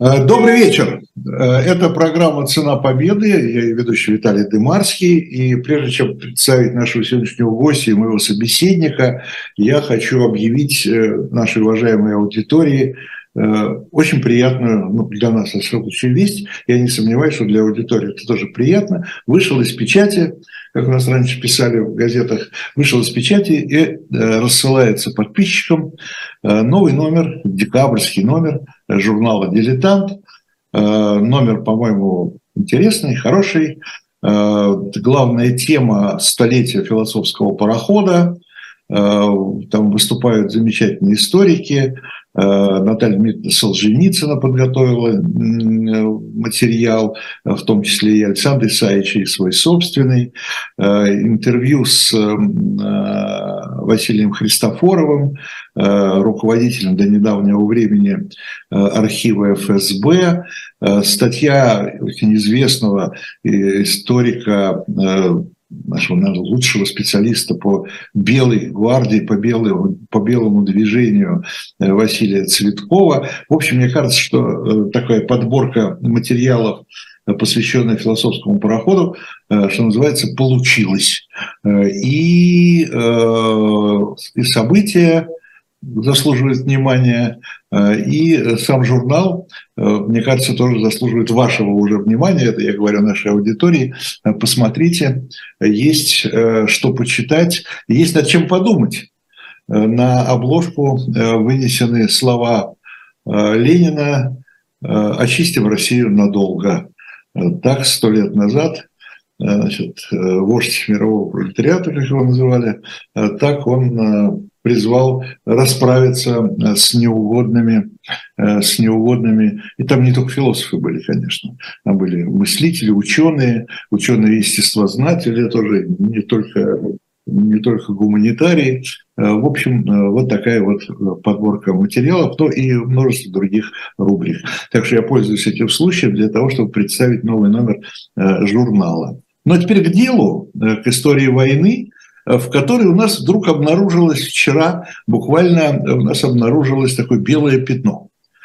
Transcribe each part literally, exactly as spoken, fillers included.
Добрый вечер. Это программа «Цена победы». Я ее ведущий Виталий Дымарский. И прежде чем представить нашего сегодняшнего гостя и моего собеседника, я хочу объявить нашей уважаемой аудитории очень приятную, ну, для нас, очень весть. Я не сомневаюсь, что для аудитории это тоже приятно. Вышел из печати, как у нас раньше писали в газетах, вышел из печати и рассылается подписчикам новый номер, декабрьский номер журнала «Дилетант». Номер, по-моему, интересный, хороший. Главная тема столетия философского парохода. Там выступают замечательные историки. Наталья Дмитриевна Солженицына подготовила материал, в том числе и Александр Исаевич свой собственный. Интервью с Василием Христофоровым, руководителем до недавнего времени архива эф эс бэ. Статья очень известного историка, нашего, наверное, лучшего специалиста по Белой гвардии, по, белому, по белому движению Василия Цветкова. В общем, мне кажется, что такая подборка материалов, посвященная философскому пароходу, что называется, получилась. И, и события заслуживает внимания, и сам журнал, мне кажется, тоже заслуживает вашего уже внимания, это я говорю нашей аудитории. Посмотрите, есть что почитать, есть над чем подумать. На обложку вынесены слова Ленина «Очистим Россию надолго». Так, сто лет назад, значит, вождь мирового пролетариата, как его называли, так он призвал расправиться с неугодными, с неугодными, и там не только философы были, конечно, там были мыслители, ученые, ученые-естествознатели, тоже не только, не только гуманитарии. В общем, вот такая вот подборка материалов, но и множество других рубрик. Так что я пользуюсь этим случаем для того, чтобы представить новый номер журнала. Ну а теперь к делу, к истории войны, в которой у нас вдруг обнаружилось вчера, буквально у нас обнаружилось такое белое пятно.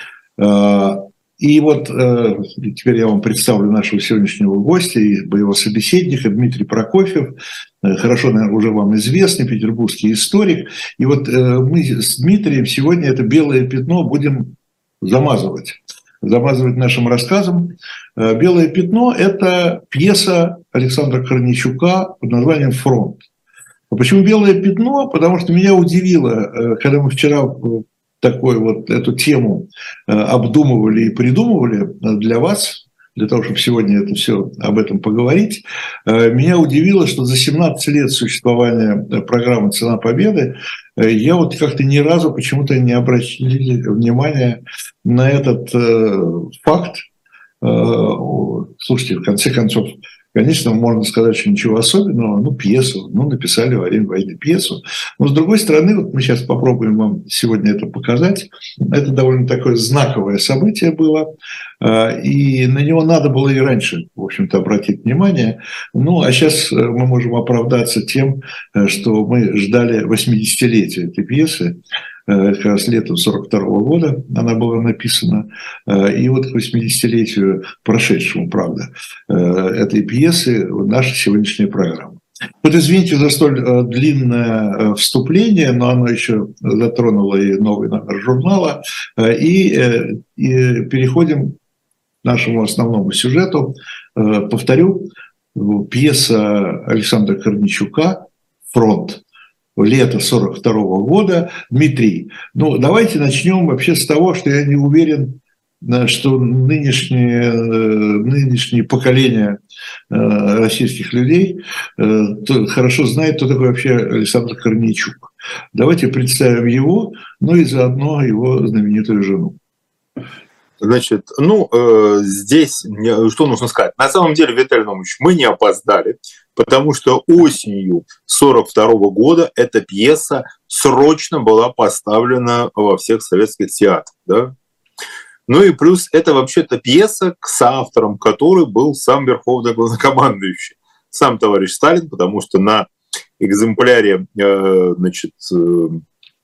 И вот теперь я вам представлю нашего сегодняшнего гостя и моего собеседника Дмитрий Прокофьев, хорошо, наверное, уже вам известный петербургский историк. И вот мы с Дмитрием сегодня это белое пятно будем замазывать. замазывать нашим рассказом. «Белое пятно» – это пьеса Александра Корнейчука под названием «Фронт». Почему «Белое пятно»? Потому что меня удивило, когда мы вчера такой вот эту тему обдумывали и придумывали для вас, для того, чтобы сегодня это все об этом поговорить, меня удивило, что за семнадцать лет существования программы «Цена победы» я вот как-то ни разу почему-то не обратили внимания на этот факт. Слушайте, в конце концов, конечно, можно сказать, что ничего особенного, ну, пьесу, ну, написали во время войны пьесу. Но, с другой стороны, вот мы сейчас попробуем вам сегодня это показать. Это довольно такое знаковое событие было, и на него надо было и раньше, в общем-то, обратить внимание. Ну, а сейчас мы можем оправдаться тем, что мы ждали восьмидесятилетия этой пьесы. Как раз летом сорок второго года она была написана, и вот к восьмидесятилетию прошедшему, правда, этой пьесы наша сегодняшняя программа. Вот извините за столь длинное вступление, но оно еще затронуло и новый номер журнала, и, и переходим к нашему основному сюжету. Повторю, пьеса Александра Корнейчука «Фронт». Лето сорок второго года. Дмитрий, ну давайте начнем вообще с того, что я не уверен, что нынешние, нынешние поколения российских людей хорошо знают, кто такой вообще Александр Корнейчук. Давайте представим его, ну и заодно его знаменитую жену. Значит, ну, э, здесь что нужно сказать? На самом деле, Виталий Наумович, мы не опоздали, потому что осенью сорок второго года эта пьеса срочно была поставлена во всех советских театрах. Да? Ну и плюс это вообще-то пьеса, с автором которой был сам верховный главнокомандующий, сам товарищ Сталин, потому что на экземпляре, э, значит, э,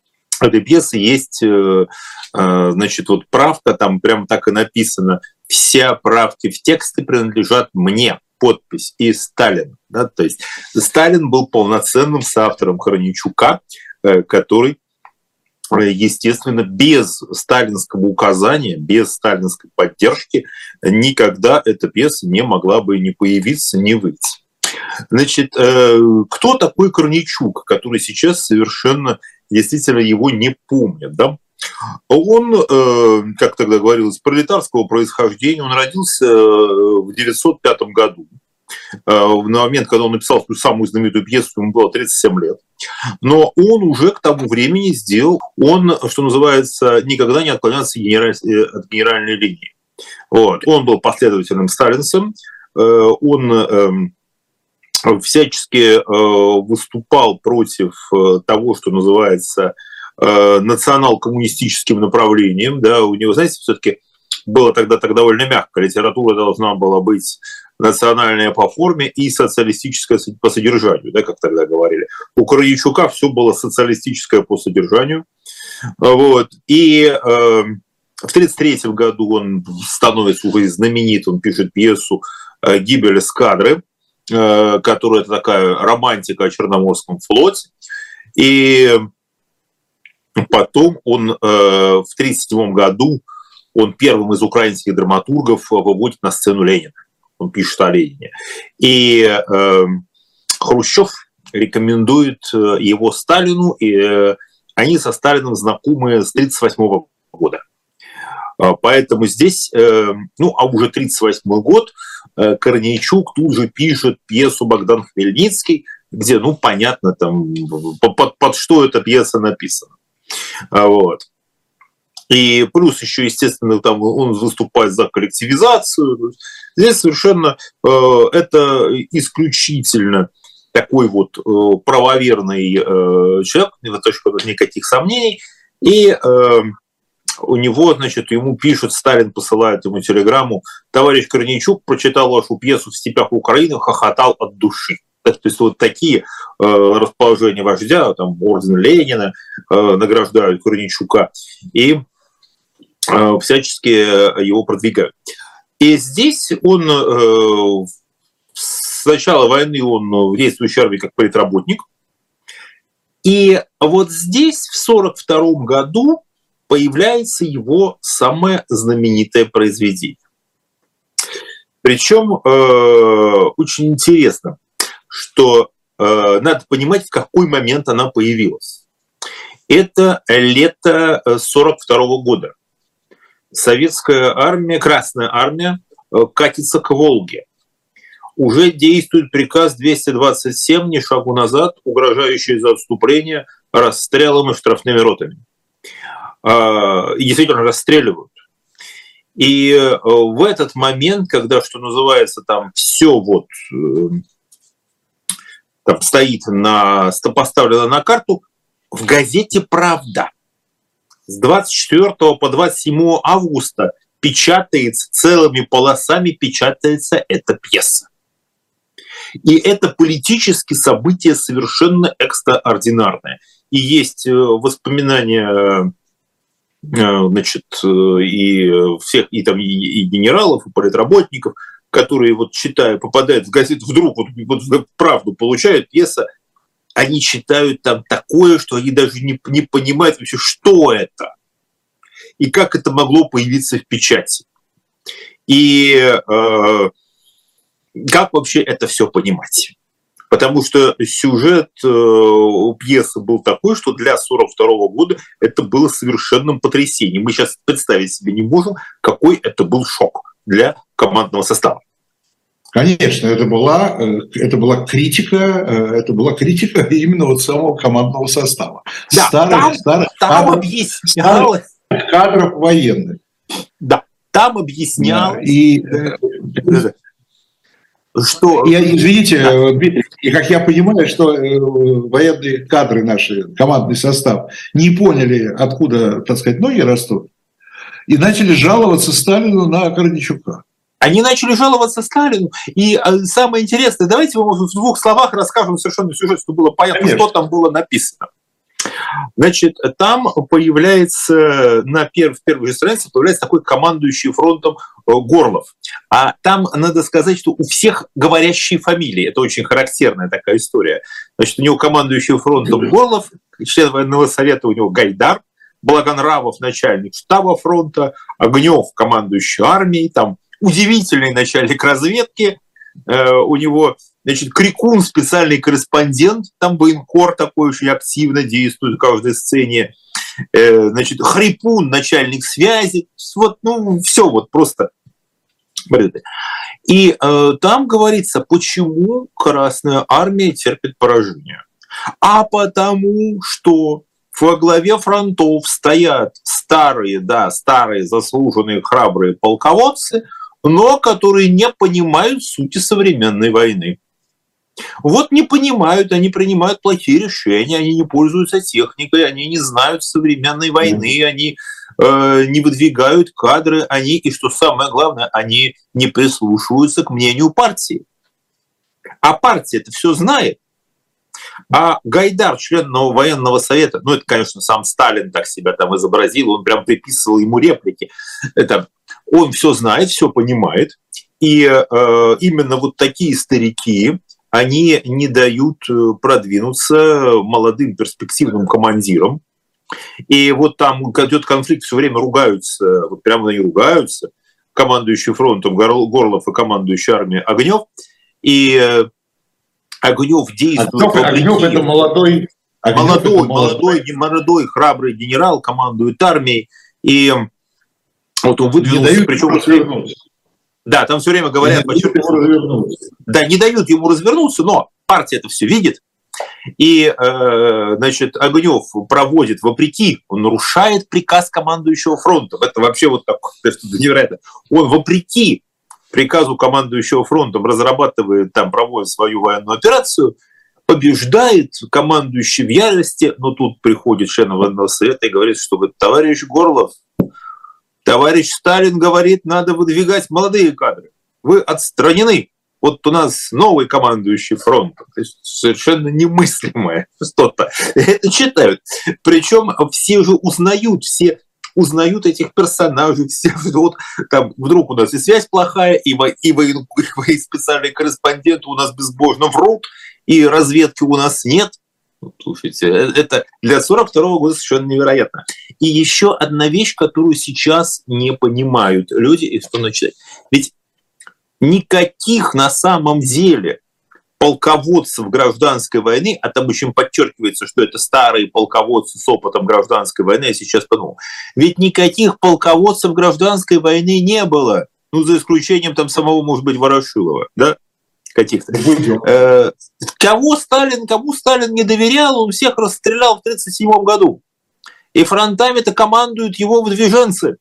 этой пьесы есть, значит, вот правка, там прям так и написано: все правки в тексте принадлежат мне. Подпись и Сталин. Да? То есть Сталин был полноценным соавтором Корнейчука, который, естественно, без сталинского указания, без сталинской поддержки никогда эта пьеса не могла бы ни появиться, ни выйти. Значит, кто такой Корнейчук, который сейчас совершенно действительно его не помнят, да? Он, как тогда говорилось, пролетарского происхождения, он родился в девятьсот пятом году. На момент, когда он написал свою самую знаменитую пьесу, ему было тридцать семь лет. Но он уже к тому времени сделал, он, что называется, никогда не отклонялся от генеральной линии. Вот. Он был последовательным сталинцем, он всячески выступал против того, что называется национал-коммунистическим направлением. Да. У него, знаете, все-таки было тогда так довольно мягко. Литература должна была быть национальная по форме и социалистическая по содержанию, да, как тогда говорили. У Корнейчука все было социалистическое по содержанию. Вот. И э, в тридцать третьем году он становится уже знаменит, он пишет пьесу «Гибель эскадры», э, которая такая романтика о Черноморском флоте. И потом он э, в тридцать седьмом году он первым из украинских драматургов выводит на сцену Ленина. Он пишет о Ленине. И э, Хрущев рекомендует его Сталину, и э, они со Сталином знакомы с тридцать восьмого года. Поэтому здесь, э, ну, а уже тридцать восьмой год, э, Корнейчук тут же пишет пьесу «Богдан Хмельницкий», где, ну, понятно, там, под, под что эта пьеса написана. Вот. И плюс еще, естественно, там он выступает за коллективизацию. Здесь совершенно э, это исключительно такой вот э, правоверный э, человек, ни в точку никаких сомнений. И э, у него, значит, ему пишет, Сталин посылает ему телеграмму: товарищ Корнейчук прочитал вашу пьесу «В степях Украины, хохотал от души». То есть вот такие э, расположения вождя, там орден Ленина э, награждают Корнейчука и э, всячески его продвигают. И здесь он э, с начала войны он в действующей армии как политработник. И вот здесь в сорок втором году появляется его самое знаменитое произведение. Причем э, очень интересно, что э, надо понимать, в какой момент она появилась. Это лето сорок второго года. Советская армия, Красная армия э, катится к Волге. Уже действует приказ двести двадцать семь, ни шагу назад, угрожающий за отступление расстрелом и штрафными ротами. Э, и действительно расстреливают. И э, в этот момент, когда, что называется, там все вот... Э, там стоит на, поставлено на карту, в газете «Правда» с двадцать четвёртого по двадцать седьмое августа печатается, целыми полосами печатается эта пьеса. И это политические события совершенно экстраординарное. И есть воспоминания, значит, и всех, и там и генералов, и политработников, которые, вот читая, попадают в газету, вдруг вот, вот правду получают, пьеса, они читают там такое, что они даже не, не понимают вообще, что это и как это могло появиться в печати. И э, как вообще это все понимать. Потому что сюжет э, пьесы был такой, что для сорок второго года это было совершенным потрясением. Мы сейчас представить себе не можем, какой это был шок для командного состава. Конечно, это была, это была критика, это была критика именно вот самого командного состава. Да, старых, там, старых, там кадров, объяснялось. Старых кадров военных. Да, там объяснялось. Да, и, что... И, извините, да. Дмитрий, и как я понимаю, что военные кадры наши, командный состав, не поняли, откуда, так сказать, ноги растут, и начали жаловаться Сталину на Корнейчука. Они начали жаловаться Сталину. И самое интересное, давайте мы, может, в двух словах расскажем совершенно сюжет, чтобы было понятно, Конечно. Что там было написано. Значит, там появляется, на перв, в первой же странице появляется такой командующий фронтом Горлов. А там надо сказать, что у всех говорящие фамилии. Это очень характерная такая история. Значит, у него командующий фронтом Горлов, член военного совета у него Гайдар, Благонравов, начальник штаба фронта, Огнев, командующий армией, там удивительный начальник разведки, э, у него, значит, Крикун, специальный корреспондент, там военкор такой очень активно действует в каждой сцене, э, значит, Хрипун, начальник связи, вот, ну, все вот просто. И э, там говорится, почему Красная Армия терпит поражение. А потому что во главе фронтов стоят старые, да, старые заслуженные храбрые полководцы, но которые не понимают сути современной войны. Вот не понимают, они принимают плохие решения, они не пользуются техникой, они не знают современной войны, mm-hmm. они э, не выдвигают кадры, они, и что самое главное, они не прислушиваются к мнению партии. А партия это все знает. А Гайдар, член нового военного совета, ну это, конечно, сам Сталин так себя там изобразил, он прям приписывал ему реплики. Это, он все знает, все понимает. И э, именно вот такие старики, они не дают продвинуться молодым перспективным командирам. И вот там идет конфликт, все время ругаются, вот прямо они ругаются, командующий фронтом Горлов и командующий армией Огнев. И Огнев действует... А Огнев это молодой... Огнев молодой, это молодой, молодой, храбрый генерал, командует армией. И вот он выдвинулся, причем... Да, там все время говорят, подчеркивают, да, не дают ему развернуться, но партия это все видит. И, э, значит, Огнев проводит вопреки, он нарушает приказ командующего фронтом. Это вообще вот такое, что-то невероятно. Он вопреки приказу командующего фронтом разрабатывает, там проводит свою военную операцию, побеждает, командующий в ярости, но тут приходит член военного совета и говорит, что вы, товарищ Горлов, товарищ Сталин говорит, надо выдвигать молодые кадры. Вы отстранены. Вот у нас новый командующий фронтом. То есть совершенно немыслимое что-то. Это читают. Причем все же узнают, все узнают этих персонажей. Все, вот, там, вдруг у нас и связь плохая, и, во, и, во, и специальные корреспонденты у нас безбожно врут, и разведки у нас нет. Слушайте, это для сорок второго года совершенно невероятно. И еще одна вещь, которую сейчас не понимают люди, и что начать. Ведь никаких на самом деле полководцев гражданской войны, а там очень подчеркивается, что это старые полководцы с опытом гражданской войны, я сейчас подумал, ведь никаких полководцев гражданской войны не было, ну, за исключением там самого, может быть, Ворошилова, да? Каких-то. Э, кого Сталин, кому Сталин не доверял, он всех расстрелял в тридцать седьмом году. И фронтами-то командуют его выдвиженцы.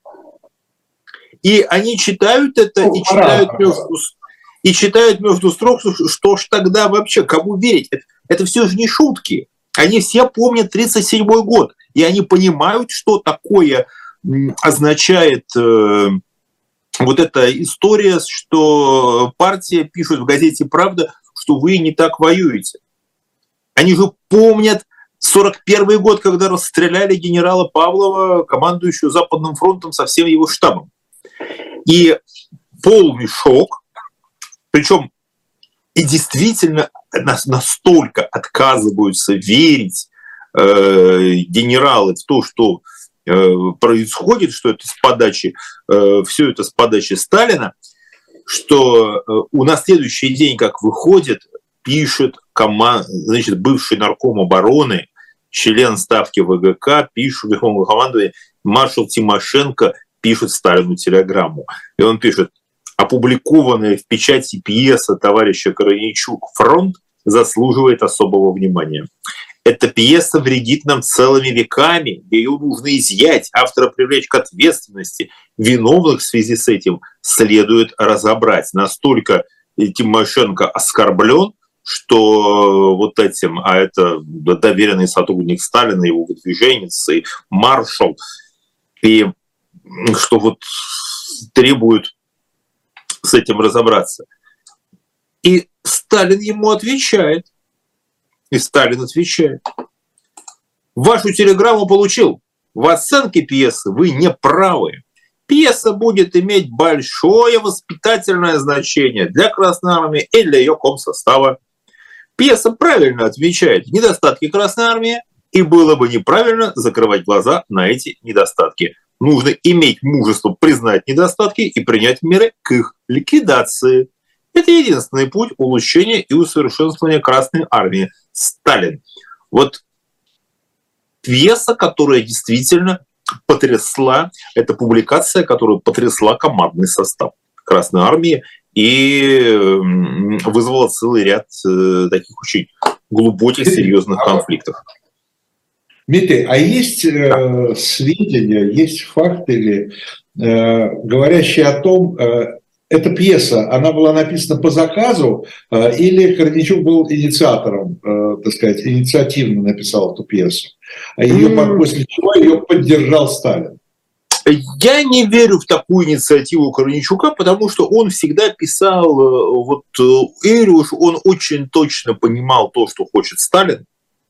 И они читают это и читают между, и читают между строк, что ж тогда вообще, кому верить? Это, это все же не шутки. Они все помнят тридцать седьмой год. И они понимают, что такое означает... Э, вот эта история, что партия пишет в газете «Правда», что вы не так воюете. Они же помнят сорок первый год, когда расстреляли генерала Павлова, командующего Западным фронтом со всем его штабом. И полный шок, причем и действительно настолько отказываются верить э, генералы в то, что происходит, что это с подачи, все это с подачи Сталина, что у на следующий день, как выходит, пишет команд, значит, бывший нарком обороны, член ставки ВГК, пишет верховному командованию, маршал Тимошенко пишет Сталину телеграмму. И он пишет: опубликованная в печати пьеса товарища Короничук «Фронт» заслуживает особого внимания. Эта пьеса вредит нам целыми веками, ее нужно изъять, автора привлечь к ответственности, виновных в связи с этим следует разобрать. Настолько Тимошенко оскорблен, что вот этим, а это доверенный сотрудник Сталина, его выдвиженец и маршал, и что вот требует с этим разобраться. И Сталин ему отвечает. И Сталин отвечает: Вашу телеграмму получил. В оценке пьесы вы не правы. Пьеса будет иметь большое воспитательное значение для Красной Армии и для ее комсостава. Пьеса правильно отмечает недостатки Красной Армии, и было бы неправильно закрывать глаза на эти недостатки. Нужно иметь мужество признать недостатки и принять меры к их ликвидации. Это единственный путь улучшения и усовершенствования Красной Армии. Сталин. Вот пьеса, которая действительно потрясла, это публикация, которая потрясла командный состав Красной Армии и вызвала целый ряд таких очень глубоких, серьезных конфликтов. Дмитрий, а есть э, сведения, есть факты, или, э, говорящие о том, э, эта пьеса, она была написана по заказу, э, или Корнейчук был инициатором, э, так сказать, инициативно написал эту пьесу, а ее, mm. после чего ее поддержал Сталин? Я не верю в такую инициативу Корнейчука, потому что он всегда писал, вот Эриуш, он очень точно понимал то, что хочет Сталин.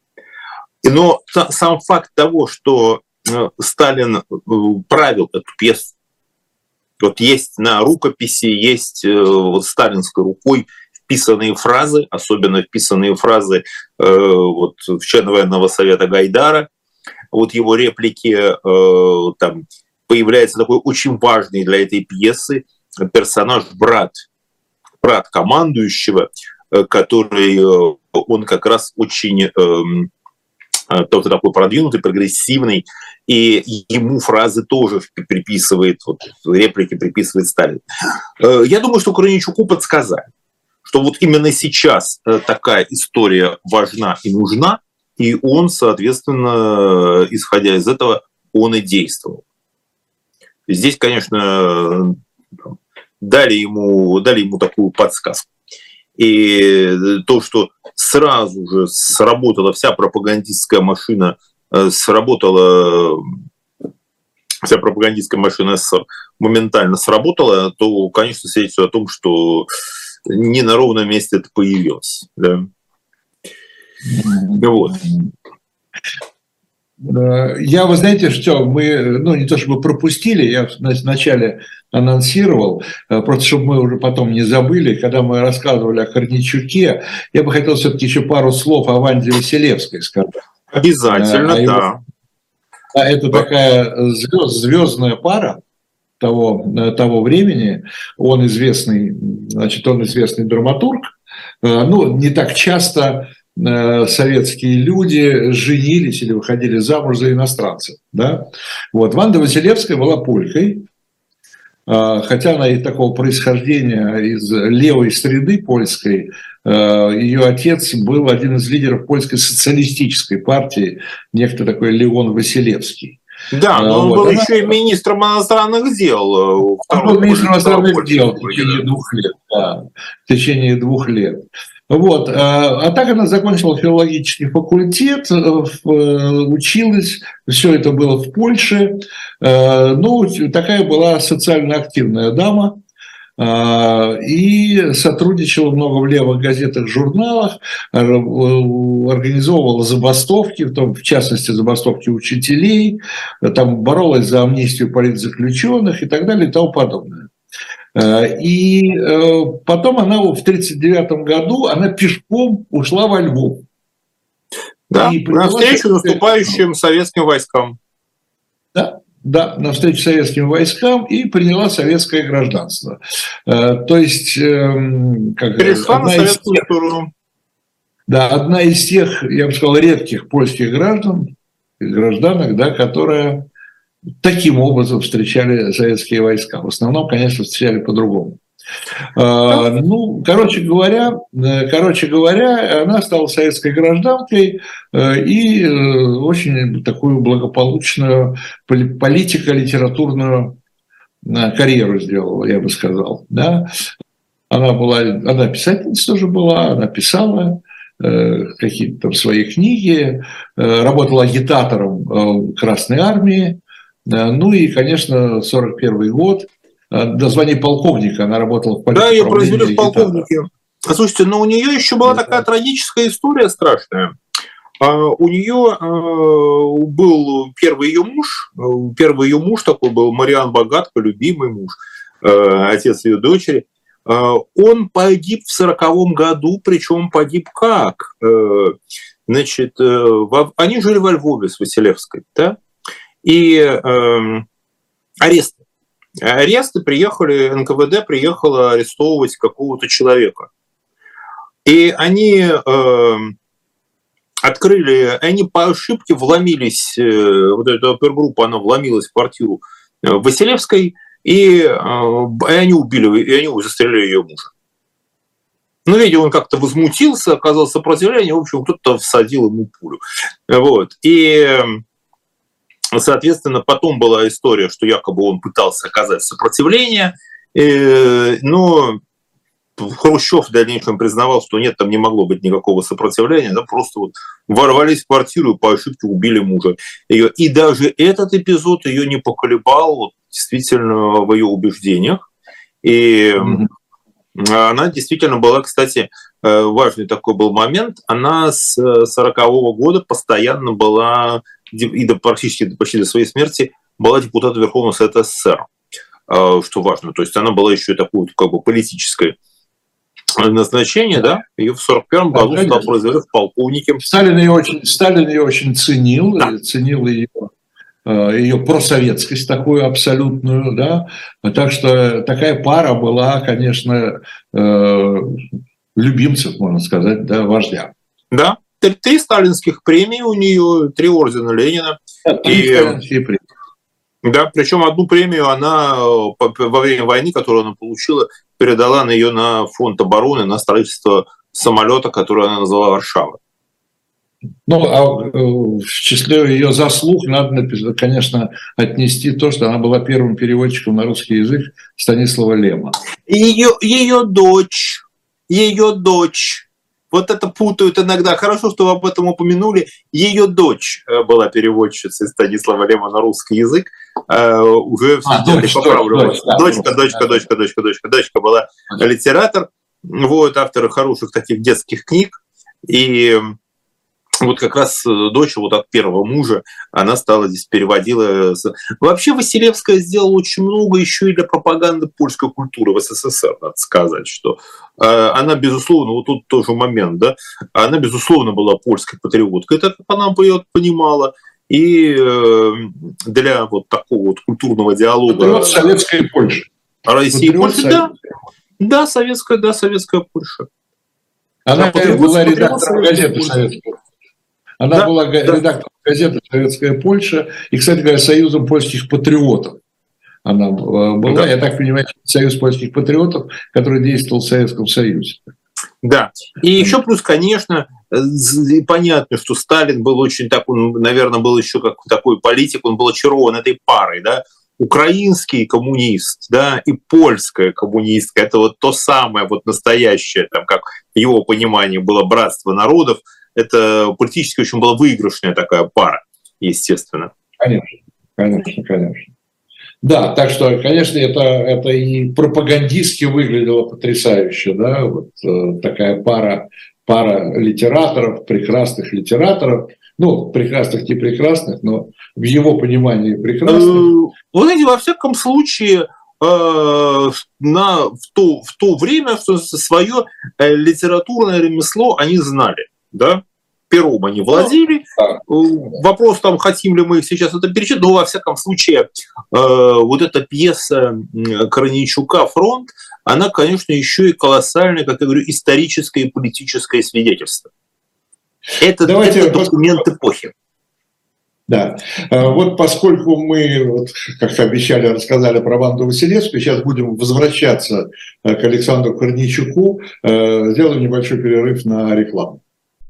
Но сам факт того, что Сталин правил эту пьесу, вот есть на рукописи, есть вот сталинской рукой вписанные фразы, особенно вписанные фразы вот, в члена военного совета Гайдара, вот его реплики, там появляется такой очень важный для этой пьесы персонаж, брат, брат командующего, который он как раз очень... кто-то такой продвинутый, прогрессивный, и ему фразы тоже приписывает, вот, реплики приписывает Сталин. Я думаю, что Корнейчуку подсказали, что вот именно сейчас такая история важна и нужна, и он, соответственно, исходя из этого, он и действовал. Здесь, конечно, дали ему, дали ему такую подсказку. И то, что сразу же сработала вся пропагандистская машина, сработала вся пропагандистская машина СССР, моментально сработала, то, конечно, свидетельствует о том, что не на ровном месте это появилось. Да? Вот. Я, вы знаете, что мы, ну, не то чтобы пропустили, я вначале анонсировал, просто чтобы мы уже потом не забыли, когда мы рассказывали о Корнейчуке, я бы хотел все-таки еще пару слов о Ванде Василевской сказать. Обязательно, а да. Его, это да. Такая звезд, звездная пара того, того времени, он известный, значит, он известный драматург, ну, не так часто... советские люди женились или выходили замуж за иностранцев. Да? Вот. Ванда Василевская была полькой, хотя она из такого происхождения, из левой среды польской. Ее отец был один из лидеров польской социалистической партии, некто такой Леон Василевский. Да, но он вот. был она... еще и министром иностранных дел. Он был министром иностранных дел в течение двух лет. Да, в течение двух лет. Вот. А так она закончила филологический факультет, училась, все это было в Польше. Ну, такая была социально активная дама и сотрудничала много в левых газетах, журналах, организовывала забастовки, в, том, в частности, забастовки учителей, там боролась за амнистию политзаключенных и так далее и тому подобное. И потом она в тысяча девятьсот тридцать девятом году она пешком ушла во Львов. Да, навстречу наступающим советским войскам. Да, да, навстречу советским войскам и приняла советское гражданство. То есть... Как, перешла на советскую тех, сторону. Да, одна из тех, я бы сказал, редких польских граждан, гражданок, да, которая... таким образом встречали советские войска. В основном, конечно, встречали по-другому. Ну, короче говоря, короче говоря, она стала советской гражданкой и очень такую благополучную политико-литературную карьеру сделала, я бы сказал. Да? Она была, она писательница тоже была, она писала какие-то там свои книги, работала агитатором Красной Армии. Ну и, конечно, сорок первый год, до звания полковника она работала в полиции. Да, ее произвели в полковнике. Слушайте, но у нее еще была такая трагическая история страшная. У нее был первый ее муж, первый ее муж такой был, Мариан Богатко, любимый муж, отец ее дочери. Он погиб в сороковом году, причем погиб как? Значит, они жили во Львове с Василевской, да? И аресты. Аресты приехали, эн ка вэ дэ приехало арестовывать какого-то человека. И они открыли, они по ошибке вломились, вот эта опергруппа, она вломилась в квартиру Василевской, и, и они убили, и они застрелили ее мужа. Ну, видимо, он как-то возмутился, оказал сопротивление, в общем, кто-то всадил ему пулю. Вот. И, соответственно, потом была история, что якобы он пытался оказать сопротивление, но Хрущев в дальнейшем признавал, что нет, там не могло быть никакого сопротивления, да, просто вот ворвались в квартиру и по ошибке убили мужа ее. И даже этот эпизод ее не поколебал вот, действительно в ее убеждениях. И mm-hmm. она действительно была, кстати, важный такой был момент, она с сорокового года постоянно была, и до, практически почти до своей смерти, была депутатом Верховного Совета эс эс эс эр, что важно. То есть она была еще и такой как бы политической назначение, да, ее в сорок первом году да, стал производить в полковнике. Сталин ее очень, Сталин ее очень ценил, да. ценил ее, ее просоветскость такую абсолютную, да, так что такая пара была, конечно, любимцев, можно сказать, да, вождя. Да, три, три сталинских премии у нее, три ордена Ленина. Да, и, премии. Да, причем одну премию она во время войны, которую она получила, передала на ее на фонд обороны, на строительство самолета, который она назвала Варшава. Ну, а в числе ее заслуг надо, конечно, отнести то, что она была первым переводчиком на русский язык Станислава Лема. Ее, ее дочь, ее дочь, вот это путают иногда. Хорошо, что вы об этом упомянули. Ее дочь была переводчицей Станислава Лема на русский язык. Uh, уже а, дочь, поправлю. Дочь, дочь, дочка, да, дочка, дочка, дочка, дочка, дочка была литератор, вот, автор хороших таких детских книг. И вот как раз дочь вот от первого мужа, она стала здесь, переводила. Вообще Василевская сделала очень много еще и для пропаганды польской культуры в эс эс эс эр, надо сказать, что она, безусловно, вот тут тоже момент, да, она, безусловно, была польской патриоткой, так как она ее понимала. И для вот такого вот культурного диалога... Патриот советской Польши. России и Польши, да. Да, советская, да, советская Польша. Она да, была редактором газеты «Советская». Она да, была да. редактором газеты «Советская Польша» и, кстати говоря, Союзом польских патриотов. Она была, да. я так понимаю, Союз польских патриотов, который действовал в Советском Союзе. Да, и еще плюс, конечно, понятно, что Сталин был очень так, он, наверное, был еще как такой политик, он был очарован этой парой, да, украинский коммунист, да, и польская коммунистка, это вот то самое вот настоящее, там, как в его понимании было братство народов, это политически очень была выигрышная такая пара, естественно. Конечно, конечно, конечно. Да, так что, конечно, это, это и пропагандистски выглядело потрясающе, да, вот э, такая пара, пара литераторов, прекрасных литераторов, ну, прекрасных не прекрасных, но в его понимании прекрасных. Вы знаете, во всяком случае, э, на, в, то, в то время свое литературное ремесло они знали, да? Пером они владели. Да. Вопрос там, хотим ли мы их сейчас это перечитать, но во всяком случае э, вот эта пьеса Корнейчука «Фронт», она, конечно, еще и колоссальное, как я говорю, историческое и политическое свидетельство. Это, это документ эпохи. Да. Вот поскольку мы, как обещали, рассказали про Ванду Василевскую, сейчас будем возвращаться к Александру Корнейчуку, сделаем небольшой перерыв на рекламу.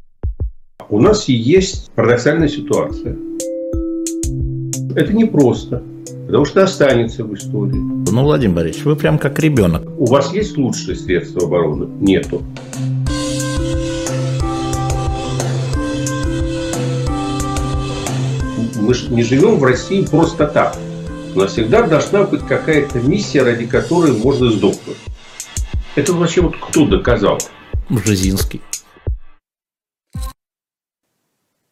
У нас есть парадоксальная ситуация. Это непросто, потому что останется в истории. Ну, Владимир Борисович, вы прям как ребенок. У вас есть лучшие средства обороны? Нету. Мы же не живем в России просто так. У нас всегда должна быть какая-то миссия, ради которой можно сдохнуть. Это вообще вот кто доказал? Бжезинский.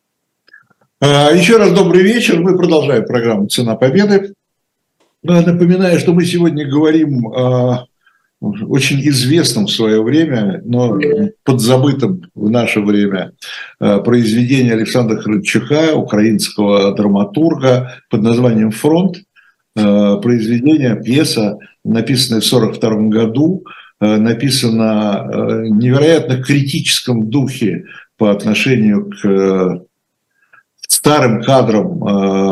Еще раз добрый вечер. Мы продолжаем программу «Цена победы». Напоминаю, что мы сегодня говорим о очень известном в свое время, но подзабытом в наше время произведении Александра Храпчука, украинского драматурга, под названием «Фронт». Произведение, пьеса, написанная в сорок втором году, написана в невероятно критическом духе по отношению к старым кадрам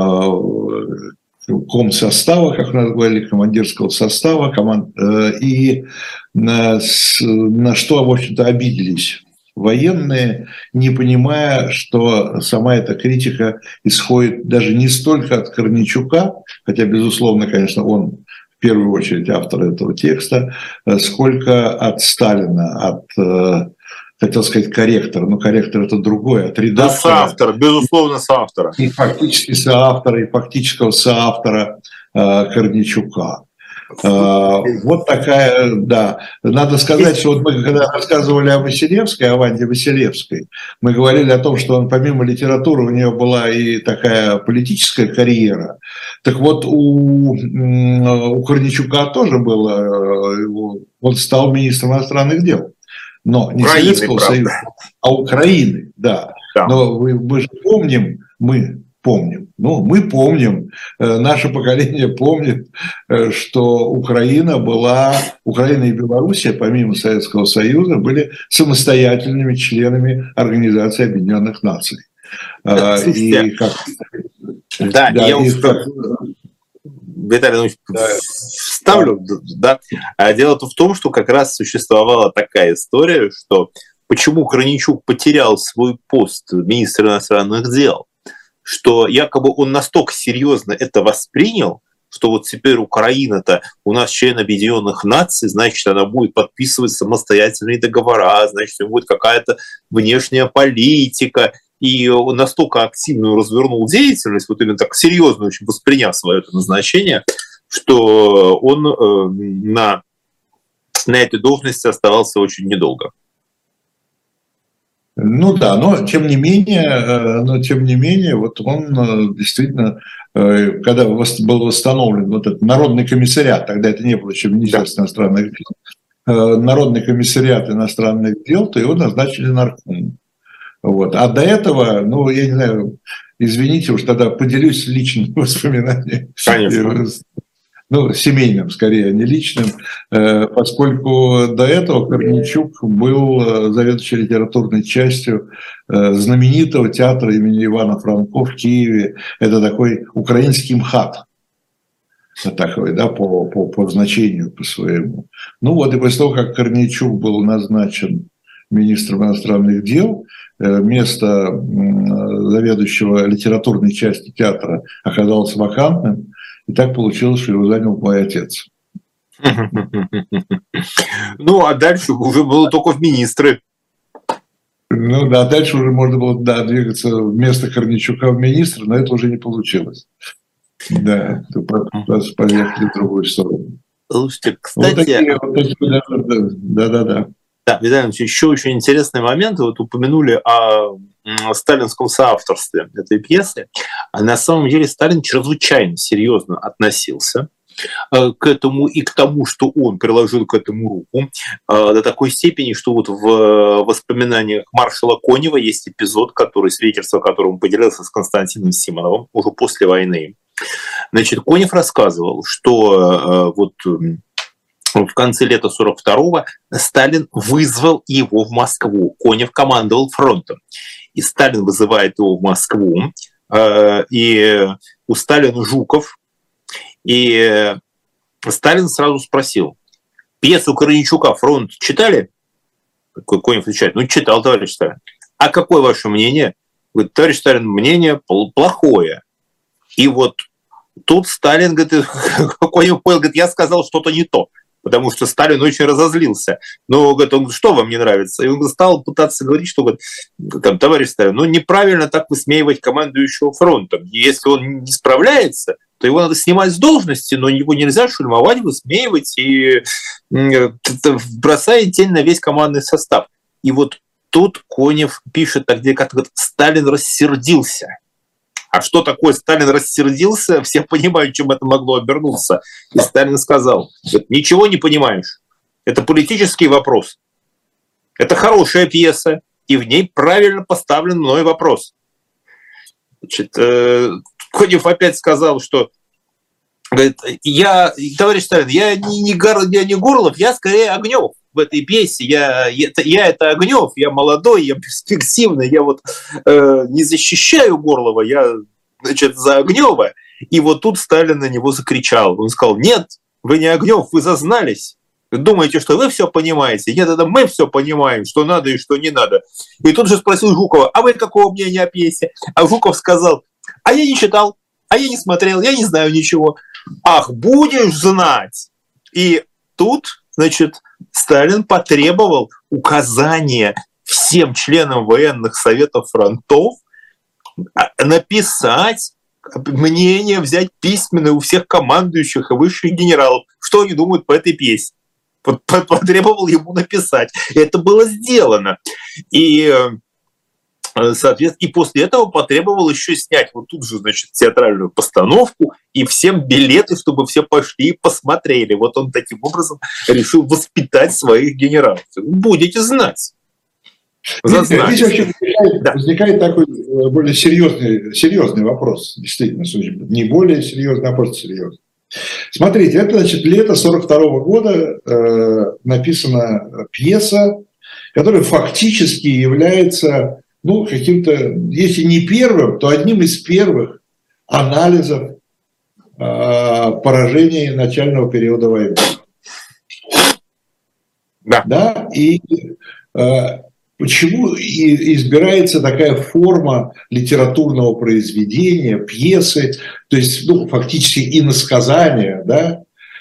комсостава, как назвали, командирского состава, команд, и на, на что, в общем-то, обиделись военные, не понимая, что сама эта критика исходит даже не столько от Корнейчука, хотя, безусловно, конечно, он в первую очередь автор этого текста, сколько от Сталина, от, хотел сказать, корректора, но корректор это другое, от редактора. Да, соавтора, безусловно, соавтора. И фактически соавтора, и фактического соавтора э, Корнейчука. Э, вот такая, да. Надо сказать, что вот мы когда рассказывали о Василевской, о Ванде Василевской, мы говорили о том, что он, помимо литературы, у нее была и такая политическая карьера. Так вот, у, у Корнейчука тоже было, он стал министром иностранных дел. Но не Украины, Советского правда. Союза, а Украины, да. да. Но мы, мы же помним, мы помним, ну, мы помним, э, наше поколение помнит, э, что Украина была, Украина и Белоруссия, помимо Советского Союза, были самостоятельными членами Организации Объединенных Наций. Э, и как... Да, да, я и как... Виталий Иванович, да. вставлю, да. А дело-то в том, что как раз существовала такая история, что почему Корнейчук потерял свой пост министра иностранных дел, что якобы он настолько серьезно это воспринял, что вот теперь Украина-то у нас член Объединенных Наций, значит, она будет подписывать самостоятельные договора, значит, у него будет какая-то внешняя политика. И он настолько активную развернул деятельность, вот именно так серьезно очень восприняв свое это назначение, что он э, на, на этой должности оставался очень недолго. Ну да, но тем не менее, но тем не менее, вот он действительно, когда был восстановлен вот этот Народный комиссариат, тогда это не было еще Министерство иностранных дел, Народный комиссариат иностранных дел, то его назначили наркомом. Вот. А до этого, ну, я не знаю, извините, уж тогда поделюсь личным воспоминанием. Конечно. Ну, семейным, скорее, а не личным, поскольку до этого Корнейчук был заведующим литературной частью знаменитого театра имени Ивана Франко в Киеве. Это такой украинский МХАТ. Такой, да, по, по, по значению, по своему. Ну вот, и после того, как Корнейчук был назначен министром иностранных дел, место заведующего литературной части театра оказалось вакантным, и так получилось, что его занял мой отец. Ну, а дальше уже было только в министры. Ну да, дальше уже можно было, да, двигаться вместо Корнейчука в министра, но это уже не получилось. Да, поехали в другую сторону. Слушайте, кстати... Вот такие, вот такие, да, да, да. Да, Виталий Ильич, еще очень интересный момент. Вот упомянули о сталинском соавторстве этой пьесы. А на самом деле Сталин чрезвычайно серьезно относился к этому и к тому, что он приложил к этому руку, до такой степени, что вот в воспоминаниях маршала Конева есть эпизод, который, свидетельство которому поделился с Константином Симоновым уже после войны. Значит, Конев рассказывал, что вот в конце лета сорок второго Сталин вызвал его в Москву. Конев командовал фронтом. И Сталин вызывает его в Москву. И у Сталина Жуков. И Сталин сразу спросил: пьесу Корнейчука «Фронт» читали? Конев отвечает: ну, читал, товарищ Сталин. А какое ваше мнение? Говорит: товарищ Сталин, мнение плохое. И вот тут Сталин, говорит, Конев понял, говорит, я сказал что-то не то. Потому что Сталин очень разозлился. Но, говорит, он, что вам не нравится? И он стал пытаться говорить, что, говорит, там, товарищ Сталин, ну неправильно так высмеивать командующего фронтом. Если он не справляется, то его надо снимать с должности, но его нельзя шельмовать, высмеивать и бросает тень на весь командный состав. И вот тут Конев пишет, так, где как Сталин рассердился. А что такое? Сталин рассердился, все понимают, чем это могло обернуться. И Сталин сказал: ничего не понимаешь, это политический вопрос. Это хорошая пьеса, и в ней правильно поставлен мной вопрос. Значит, э, Конев опять сказал, что говорит, я, товарищ Сталин, я не, не, Гор, я не Горлов, я скорее Огнев в этой пьесе. Я, я, я это Огнев, я молодой, я перспективный, я вот э, не защищаю Горлова, я, значит, за Огнева. И вот тут Сталин на него закричал. Он сказал: нет, вы не Огнев, вы зазнались. Вы думаете, что вы все понимаете? Нет, это мы все понимаем, что надо и что не надо. И тут же спросил Жукова: а вы какого мнения о пьесе? А Жуков сказал: а я не читал, а я не смотрел, я не знаю ничего. Ах, будешь знать. И тут, значит, Сталин потребовал указания всем членам военных советов фронтов написать мнение, взять письменное у всех командующих и высших генералов, что они думают по этой пьесе. Потребовал ему написать. Это было сделано. И, соответственно, и после этого потребовал еще снять вот тут же, значит, театральную постановку и всем билеты, чтобы все пошли и посмотрели. Вот он таким образом решил воспитать своих генералов. Будете знать. Здесь вообще возникает, да. возникает такой более серьезный, серьезный вопрос. Действительно, не более серьезный, а просто серьезный. Смотрите, это, значит, лето сорок второго года э, написана пьеса, которая фактически является, ну, каким-то, если не первым, то одним из первых анализов э, поражения начального периода войны. Да. Да? И э, почему избирается такая форма литературного произведения, пьесы, то есть, ну, фактически иносказания, да,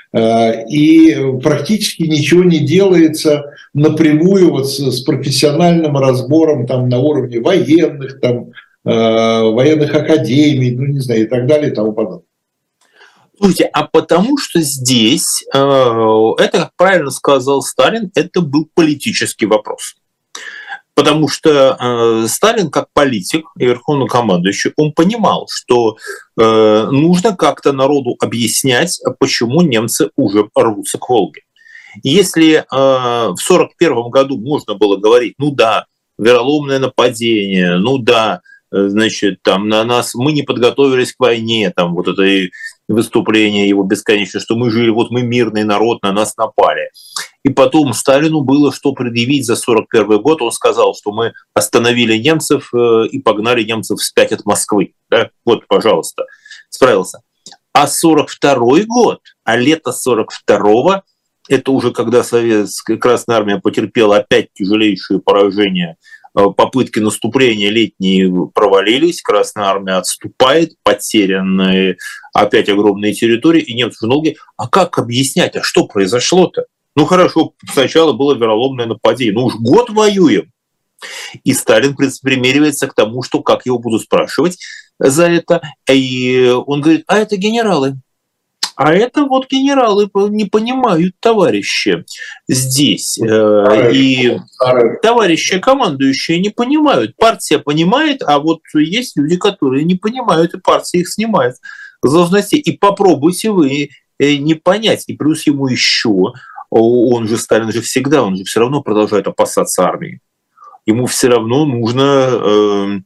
и практически ничего не делается напрямую вот с, с профессиональным разбором там, на уровне военных, там, военных академий, ну, не знаю, и так далее, и тому подобное. Слушайте, а потому что здесь, это, как правильно сказал Сталин, это был политический вопрос. Потому что э, Сталин, как политик и верховнокомандующий, он понимал, что э, нужно как-то народу объяснять, почему немцы уже рвутся к Волге. И если э, в сорок первом году можно было говорить: ну да, вероломное нападение, ну да, значит, там на нас, мы не подготовились к войне, там вот это выступление его бесконечное, что мы жили, вот мы мирный народ, на нас напали. И потом Сталину было что предъявить за сорок первый год. Он сказал, что мы остановили немцев и погнали немцев вспять от Москвы. Да? Вот, пожалуйста, справился. А сорок второй год, а лето сорок второго, это уже когда Советская Красная Армия потерпела опять тяжелейшие поражения, попытки наступления летние провалились, Красная Армия отступает, потерянные опять огромные территории, и немцы в ноги. А как объяснять, а что произошло-то? Ну хорошо, сначала было вероломное нападение, ну уж год воюем. И Сталин примеривается к тому, что как его будут спрашивать за это. И он говорит: а это генералы. А это вот генералы не понимают, товарищи, здесь. И товарищи командующие не понимают. Партия понимает, а вот есть люди, которые не понимают, и партия их снимает с должностей. И попробуйте вы не понять. И плюс ему еще, он же, Сталин же всегда, он же все равно продолжает опасаться армии. Ему все равно нужно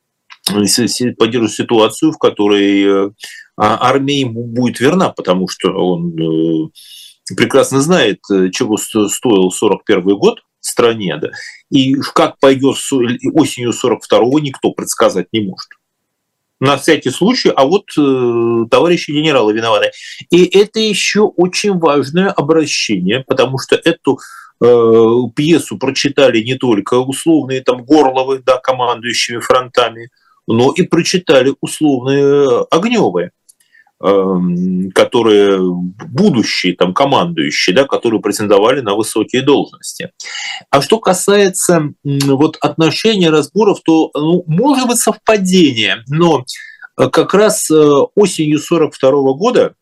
поддерживать ситуацию, в которой армия ему будет верна, потому что он прекрасно знает, чего стоил сорок первый год в стране, да, и как пойдет осенью сорок второго, никто предсказать не может. На всякий случай, а вот э, товарищи генералы виноваты. И это еще очень важное обращение, потому что эту э, пьесу прочитали не только условные там Горловы, да, командующими фронтами, но и прочитали условные Огневы, э, которые будущие там командующие, да, которые претендовали на высокие должности. А что касается э, вот отношения, разборов, то, ну, может быть совпадение, но как раз осенью сорок второго года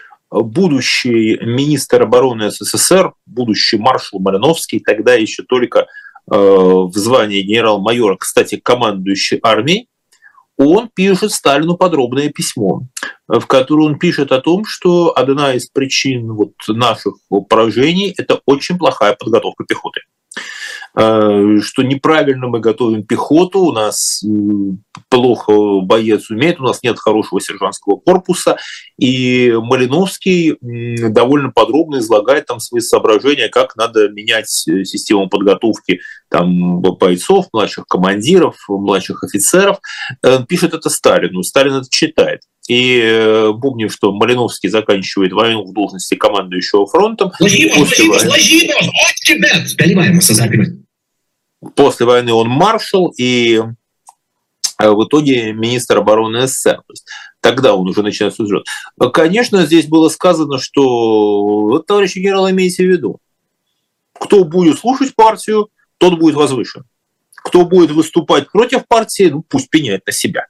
будущий министр обороны СССР, будущий маршал Малиновский, тогда еще только э, в звании генерал-майора, кстати, командующий армией, он пишет Сталину подробное письмо, в котором он пишет о том, что одна из причин вот наших поражений – это очень плохая подготовка пехоты. Что неправильно мы готовим пехоту, у нас плохо боец умеет, у нас нет хорошего сержантского корпуса, и Малиновский довольно подробно излагает там свои соображения, как надо менять систему подготовки там, бойцов, младших командиров, младших офицеров. Он пишет это Сталину, Сталин это читает. И помню, что Малиновский заканчивает войну в должности командующего фронтом. После войны... После войны он маршал и в итоге министр обороны СССР. Тогда он уже начинает служить. Конечно, здесь было сказано, что вот, товарищи генералы, имейте в виду, кто будет слушать партию, тот будет возвышен. Кто будет выступать против партии, ну, пусть пеняет на себя.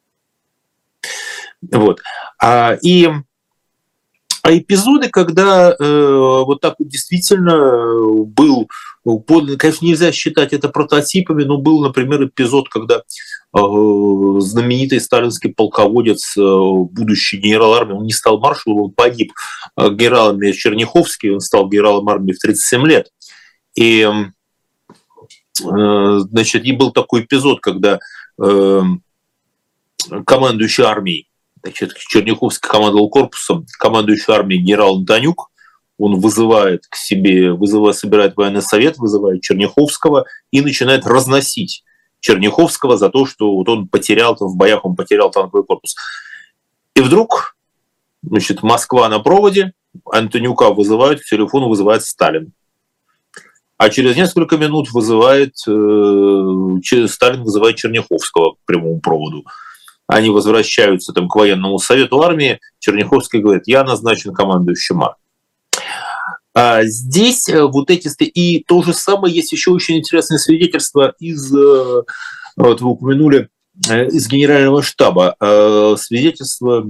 Вот. А, и а эпизоды, когда э, вот так вот действительно был подлинный, конечно, нельзя считать это прототипами, но был, например, эпизод, когда э, знаменитый сталинский полководец, э, будущий генерал армии, он не стал маршалом, он погиб э, генералом Черняховский, он стал генералом армии в тридцать семь лет. И, э, значит, и был такой эпизод, когда э, командующий армией, значит, Черняховский командовал корпусом, командующий армией генерал Антонюк, он вызывает к себе, вызывает, собирает военный совет, вызывает Черняховского и начинает разносить Черняховского за то, что вот он потерял там, в боях, он потерял танковый корпус. И вдруг, значит, Москва на проводе, Антонюка вызывают, к телефону вызывает Сталин. А через несколько минут вызывает, э, Сталин вызывает Черняховского к прямому проводу. Они возвращаются там, к военному совету армии, Черняховский говорит, я назначен командующим армией. А здесь вот эти... И то же самое, есть еще очень интересное свидетельство из, вот вы упомянули, из генерального штаба. Свидетельство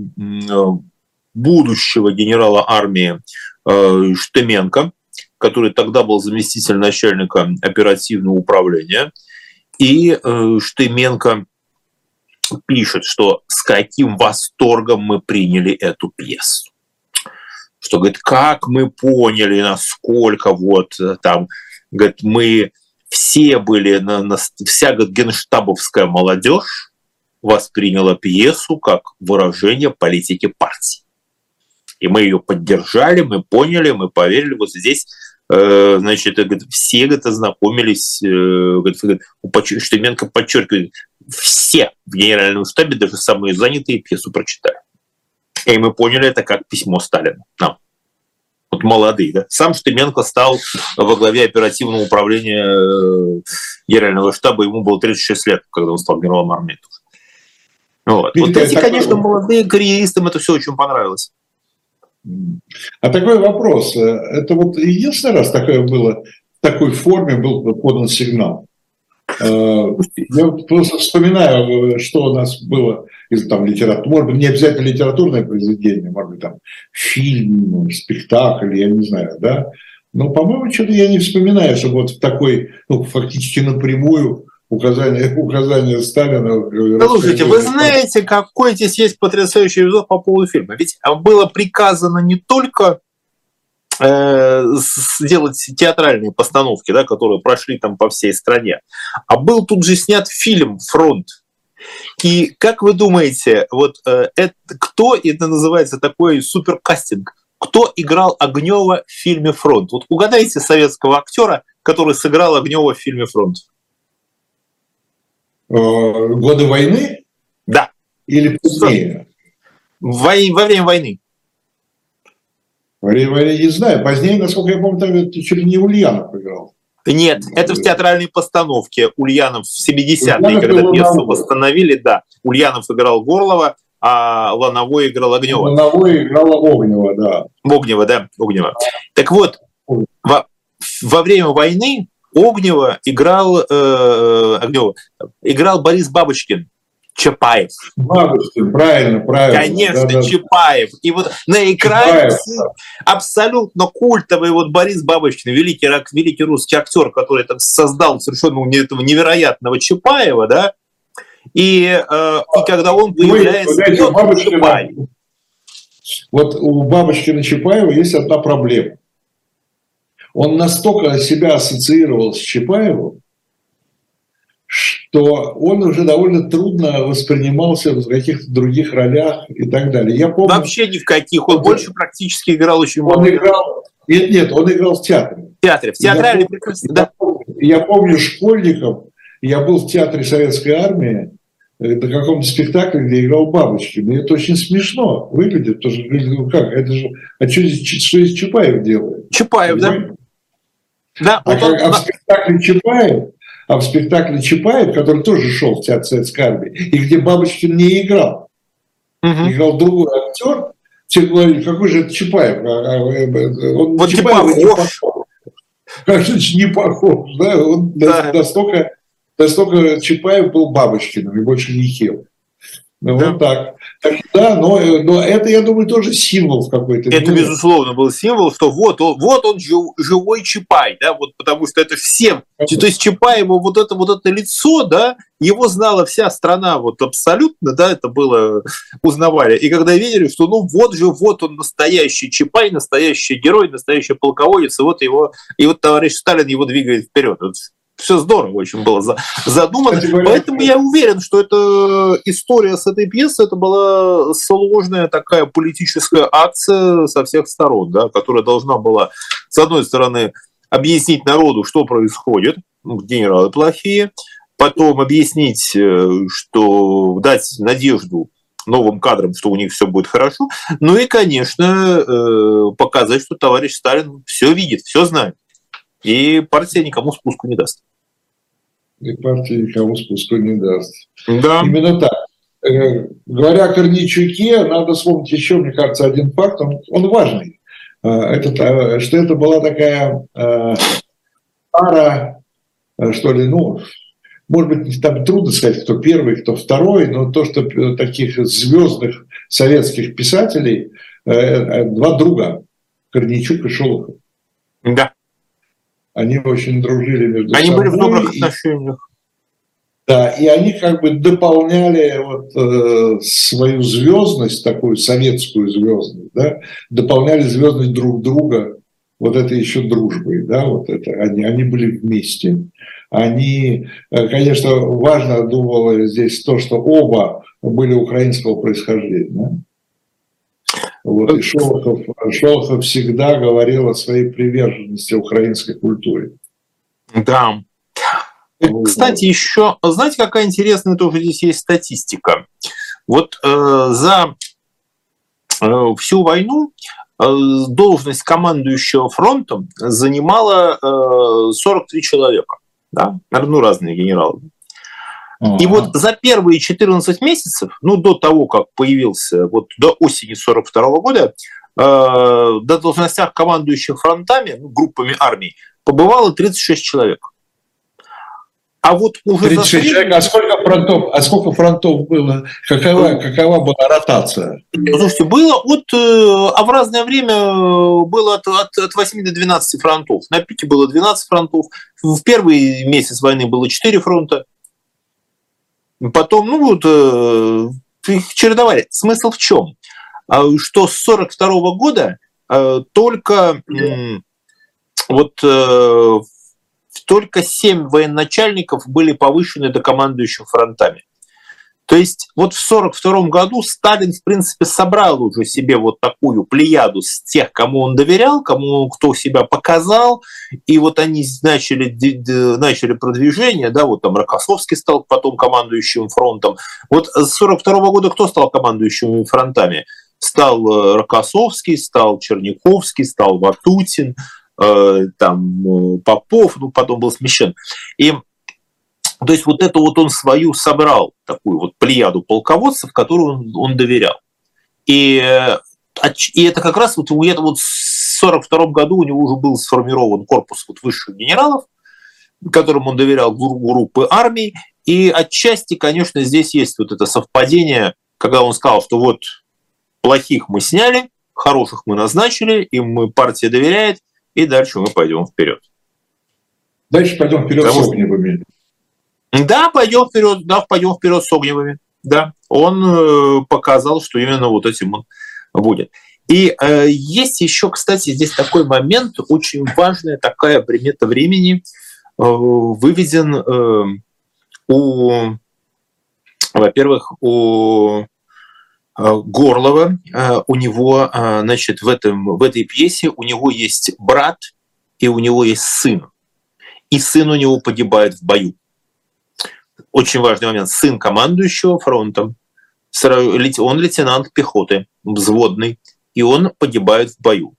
будущего генерала армии Штеменко, который тогда был заместитель начальника оперативного управления. И Штеменко пишет, что с каким восторгом мы приняли эту пьесу. Что, говорит, как мы поняли, насколько вот там, говорит, мы все были, на, на, вся, говорит, генштабовская молодежь восприняла пьесу как выражение политики партии. И мы ее поддержали, мы поняли, мы поверили. Вот здесь, э, значит, говорит, все, говорит, ознакомились, э, говорит, Штеменко подчеркивает, все в генеральном штабе, даже самые занятые, пьесу прочитали. И мы поняли это как письмо Сталина нам. Вот молодые, да. Сам Штеменко стал во главе оперативного управления генерального штаба, ему было тридцать шесть лет, когда он стал генералом армии. Вот, вот эти, конечно, молодые карьеристам это все очень понравилось. А такой вопрос. Это вот единственный раз такое было, в такой форме был подан сигнал? Я просто вспоминаю, что у нас было из там литературы, может быть, не обязательно литературное произведение, может быть, там фильм, спектакль, я не знаю, да. Но, по-моему, что-то я не вспоминаю, что вот в такой, ну, фактически напрямую указание, указание Сталина. Слушайте, вы знаете, какой здесь есть потрясающий эпизод по поводу фильма? Ведь было приказано не только сделать театральные постановки, да, которые прошли там по всей стране. А был тут же снят фильм «Фронт». И как вы думаете, вот э, это, кто, это называется такой суперкастинг, кто играл Огнева в фильме «Фронт»? Вот угадайте советского актера, который сыграл Огнева в фильме «Фронт». Годы войны? Да. Или позднее? Во, во время войны. Я не знаю, позднее, насколько я помню, там это чуть ли не Ульянов играл. Нет, это в театральной постановке. Ульянов в семидесятые, когда пьесу восстановили, да. Ульянов играл Горлова, а Лановой играл Огнева. Лановой играл Огнева, да. Огнева, да, Огнева. Так вот, во, во время войны Огнева играл, э, Огнева, играл Борис Бабочкин. Чапаев. Бабушкин, правильно, правильно. Конечно, да, да. Чапаев. И вот на экране Чапаев, абсолютно культовый вот Борис Бабочкин, великий, великий русский актер, который там создал совершенно этого невероятного Чапаева, да, И, э, и когда он появляется... Знаете, у Бабочкина, вот у Бабочкина Чапаева есть одна проблема. Он настолько себя ассоциировал с Чапаевым, что он уже довольно трудно воспринимался в каких-то других ролях и так далее. Я помню, вообще ни в каких. Он, он больше практически играл очень мало. Он играл... Нет, нет, он играл в театре. В театре. В театральной прекрасно, да. Я помню школьников, я был в театре Советской Армии, на каком-то спектакле, где играл Бабочкин. И это очень смешно выглядит. Потому что, ну как, это же... А что здесь, что здесь Чапаев делает? Чапаев, понимаете? Да. Да. А, вот он, а в спектакле Чапаев, а в спектакле Чапаев, который тоже шел в театр Советской Армии, и где Бабочкин не играл, угу. играл другой актер, все говорили, какой же это Чапаев? Он вот Чапаев не похож. Кажется, не похож. Да? Он да. настолько, настолько Чапаев был Бабочкиным и больше не хил. Ну, да. Вот так. Так да, но, но это, я думаю, тоже символ в какой-то мере. Это, безусловно, был символ, что вот он, вот он живой Чапай, да, вот потому что это всем, okay. то есть Чапаева вот это, вот это лицо, да, его знала вся страна вот абсолютно, да, это было, узнавали. И когда видели, что ну вот же, вот он настоящий Чапай, настоящий герой, настоящий полководец, и вот его, и вот товарищ Сталин его двигает вперед. Все здорово очень было задумано. Кстати, поэтому я уверен, что эта история с этой пьесой, это была сложная такая политическая акция со всех сторон, да, которая должна была, с одной стороны, объяснить народу, что происходит, генералы плохие, потом объяснить, что дать надежду новым кадрам, что у них все будет хорошо, ну и, конечно, показать, что товарищ Сталин все видит, все знает. И партия никому спуску не даст. И партия никому спуску не даст. Да. Именно так. Говоря о Корнейчуке, надо вспомнить еще, мне кажется, один факт, он, он важный. Это, что это была такая пара, что ли, ну, может быть, там трудно сказать, кто первый, кто второй, но то, что таких звездных советских писателей, два друга, Корнейчук и Шолохов. Да. Они очень дружили между они собой. Они были в добрых отношениях. Да, и они как бы дополняли вот, э, свою звездность, такую советскую звездность, да, дополняли звездность друг друга вот этой еще дружбой, да, вот это. Они, они были вместе. Они, конечно, важно, думала здесь то, что оба были украинского происхождения, да? Вот, и Шолохов, Шолохов всегда говорил о своей приверженности украинской культуре. Да. Вот. Кстати, еще, знаете, какая интересная тоже здесь есть статистика. Вот э, за э, всю войну э, должность командующего фронтом занимала э, сорок три человека. Да? Ну, разные генералы. И вот за первые четырнадцать месяцев, ну, до того, как появился, вот до осени сорок второго года, э, до должностях командующих фронтами, ну, группами армий, побывало тридцать шесть человек. А вот уже тридцать шесть человек, а сколько фронтов, а сколько фронтов было? Какова, какова была ротация? Слушайте, было от, а в разное время было от, от, от восьми до двенадцати фронтов. На пике было двенадцать фронтов. В первый месяц войны было четыре фронта. Потом, ну вот, э, их чередовали. Смысл в чем? Что с сорок второго года э, только, э, вот, э, только семь военачальников были повышены до командующих фронтами. То есть вот в сорок втором году Сталин, в принципе, собрал уже себе вот такую плеяду с тех, кому он доверял, кому кто себя показал, и вот они начали, начали продвижение, да, вот там Рокоссовский стал потом командующим фронтом. Вот с сорок второго года кто стал командующими фронтами? Стал Рокоссовский, стал Черняховский, стал Ватутин, э, там Попов, ну потом был смещен. И то есть вот это вот он свою собрал, такую вот плеяду полководцев, которую он, он доверял. И, и это как раз вот, это вот в сорок втором году у него уже был сформирован корпус вот высших генералов, которым он доверял группы армий. И отчасти, конечно, здесь есть вот это совпадение, когда он сказал, что вот плохих мы сняли, хороших мы назначили, им мы партия доверяет, и дальше мы пойдем вперед. Дальше пойдем вперед с огневыми. Да, пойдем вперед, да, пойдем вперед с Огневыми. Да, он э, показал, что именно вот этим он будет. И э, есть еще, кстати, здесь такой момент, очень важная такая примета времени, э, выведен э, у, во-первых, у Горлова. У него, значит, в, этом, в этой пьесе у него есть брат и у него есть сын. И сын у него погибает в бою. Очень важный момент. Сын командующего фронтом. Он лейтенант пехоты, взводный, и он погибает в бою.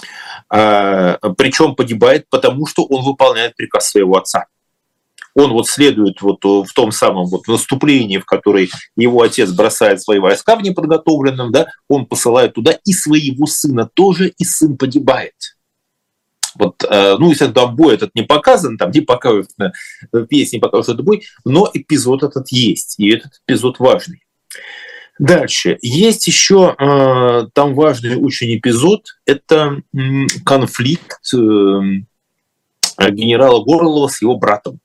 Причем погибает потому, что он выполняет приказ своего отца. Он вот следует вот в том самом вот наступлении, в которое его отец бросает свои войска в неподготовленном, да, он посылает туда и своего сына тоже, и сын погибает. Вот, ну, если там бой этот не показан, там не показывают на песне, не показывают этот бой, но эпизод этот есть, и этот эпизод важный. Дальше. Есть еще э, там важный очень эпизод, это э, конфликт э, генерала Горлова с его братом.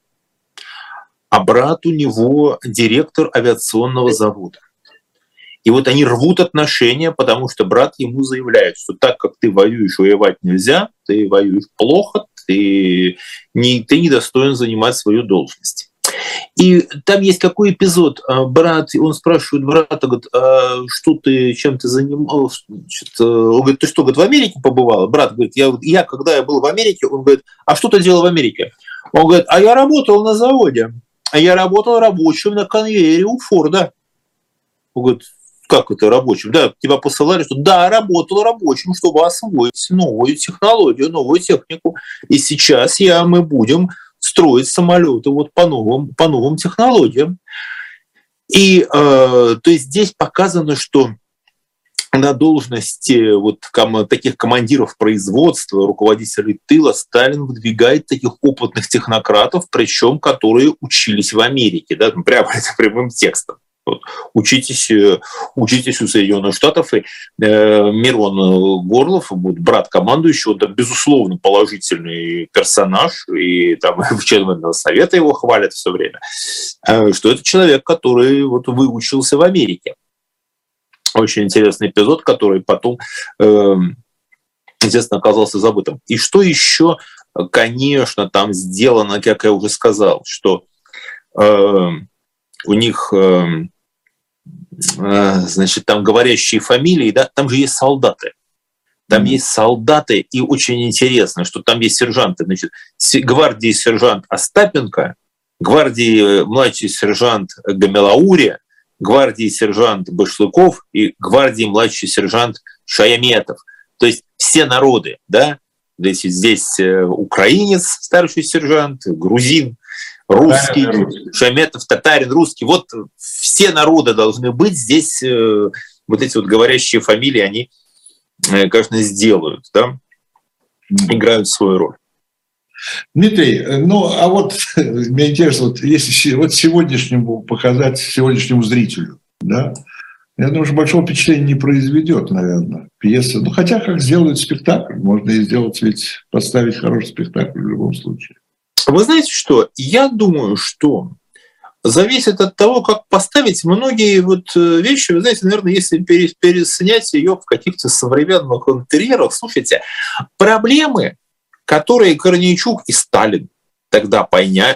А брат у него директор авиационного завода. И вот они рвут отношения, потому что брат ему заявляет, что так как ты воюешь, воевать нельзя, ты воюешь плохо, ты не, ты не достоин занимать свою должность. И там есть какой эпизод, брат, он спрашивает брата, говорит, а что ты, чем ты занимался? Он говорит, ты что, говорит, в Америке побывал? Брат говорит, я, я когда я был в Америке, он говорит, а что ты делал в Америке? Он говорит, а я работал на заводе. А я работал рабочим на конвейере у Форда. Он говорит, как это рабочим? Да, тебя посылали, что да, работал рабочим, чтобы освоить новую технологию, новую технику. И сейчас я, мы будем строить самолеты вот по новым, по новым технологиям. И э, то есть здесь показано, что на должности вот ком- таких командиров производства, руководителей тыла Сталин выдвигает таких опытных технократов, причем которые учились в Америке, да, прямо это прямым текстом. Вот, учитесь, учитесь у Соединенных Штатов, и э, Мирон Горлов, вот, брат командующего, да, безусловно, положительный персонаж, и там в членах совета его хвалят все время, э, что это человек, который вот, выучился в Америке. Очень интересный эпизод, который потом, э, естественно, оказался забытым. И что еще, конечно, там сделано, как я уже сказал, что э, у них, э, э, значит, там говорящие фамилии, да, там же есть солдаты. Там mm-hmm. есть солдаты, и очень интересно, что там есть сержанты. Значит, гвардии сержант Остапенко, гвардии младший сержант Гамилаури, гвардии сержант Башлыков и гвардии младший сержант Шаяметов. То есть все народы, да, здесь, здесь украинец, старший сержант, грузин, русский, татарин, Шаяметов, татарин, русский. Вот все народы должны быть здесь, вот эти вот говорящие фамилии, они, конечно, сделают, да, играют свою роль. Дмитрий, ну а вот мне интересно, вот если вот сегодняшнему показать, сегодняшнему зрителю, да, я думаю, что большого впечатления не произведет, наверное, пьеса. Ну хотя как сделают спектакль, можно и сделать, ведь поставить хороший спектакль в любом случае. Вы знаете что? Я думаю, что зависит от того, как поставить многие вот вещи. Вы знаете, наверное, если переснять ее в каких-то современных интерьерах, слушайте, проблемы, которые Корнейчук и Сталин тогда, поня...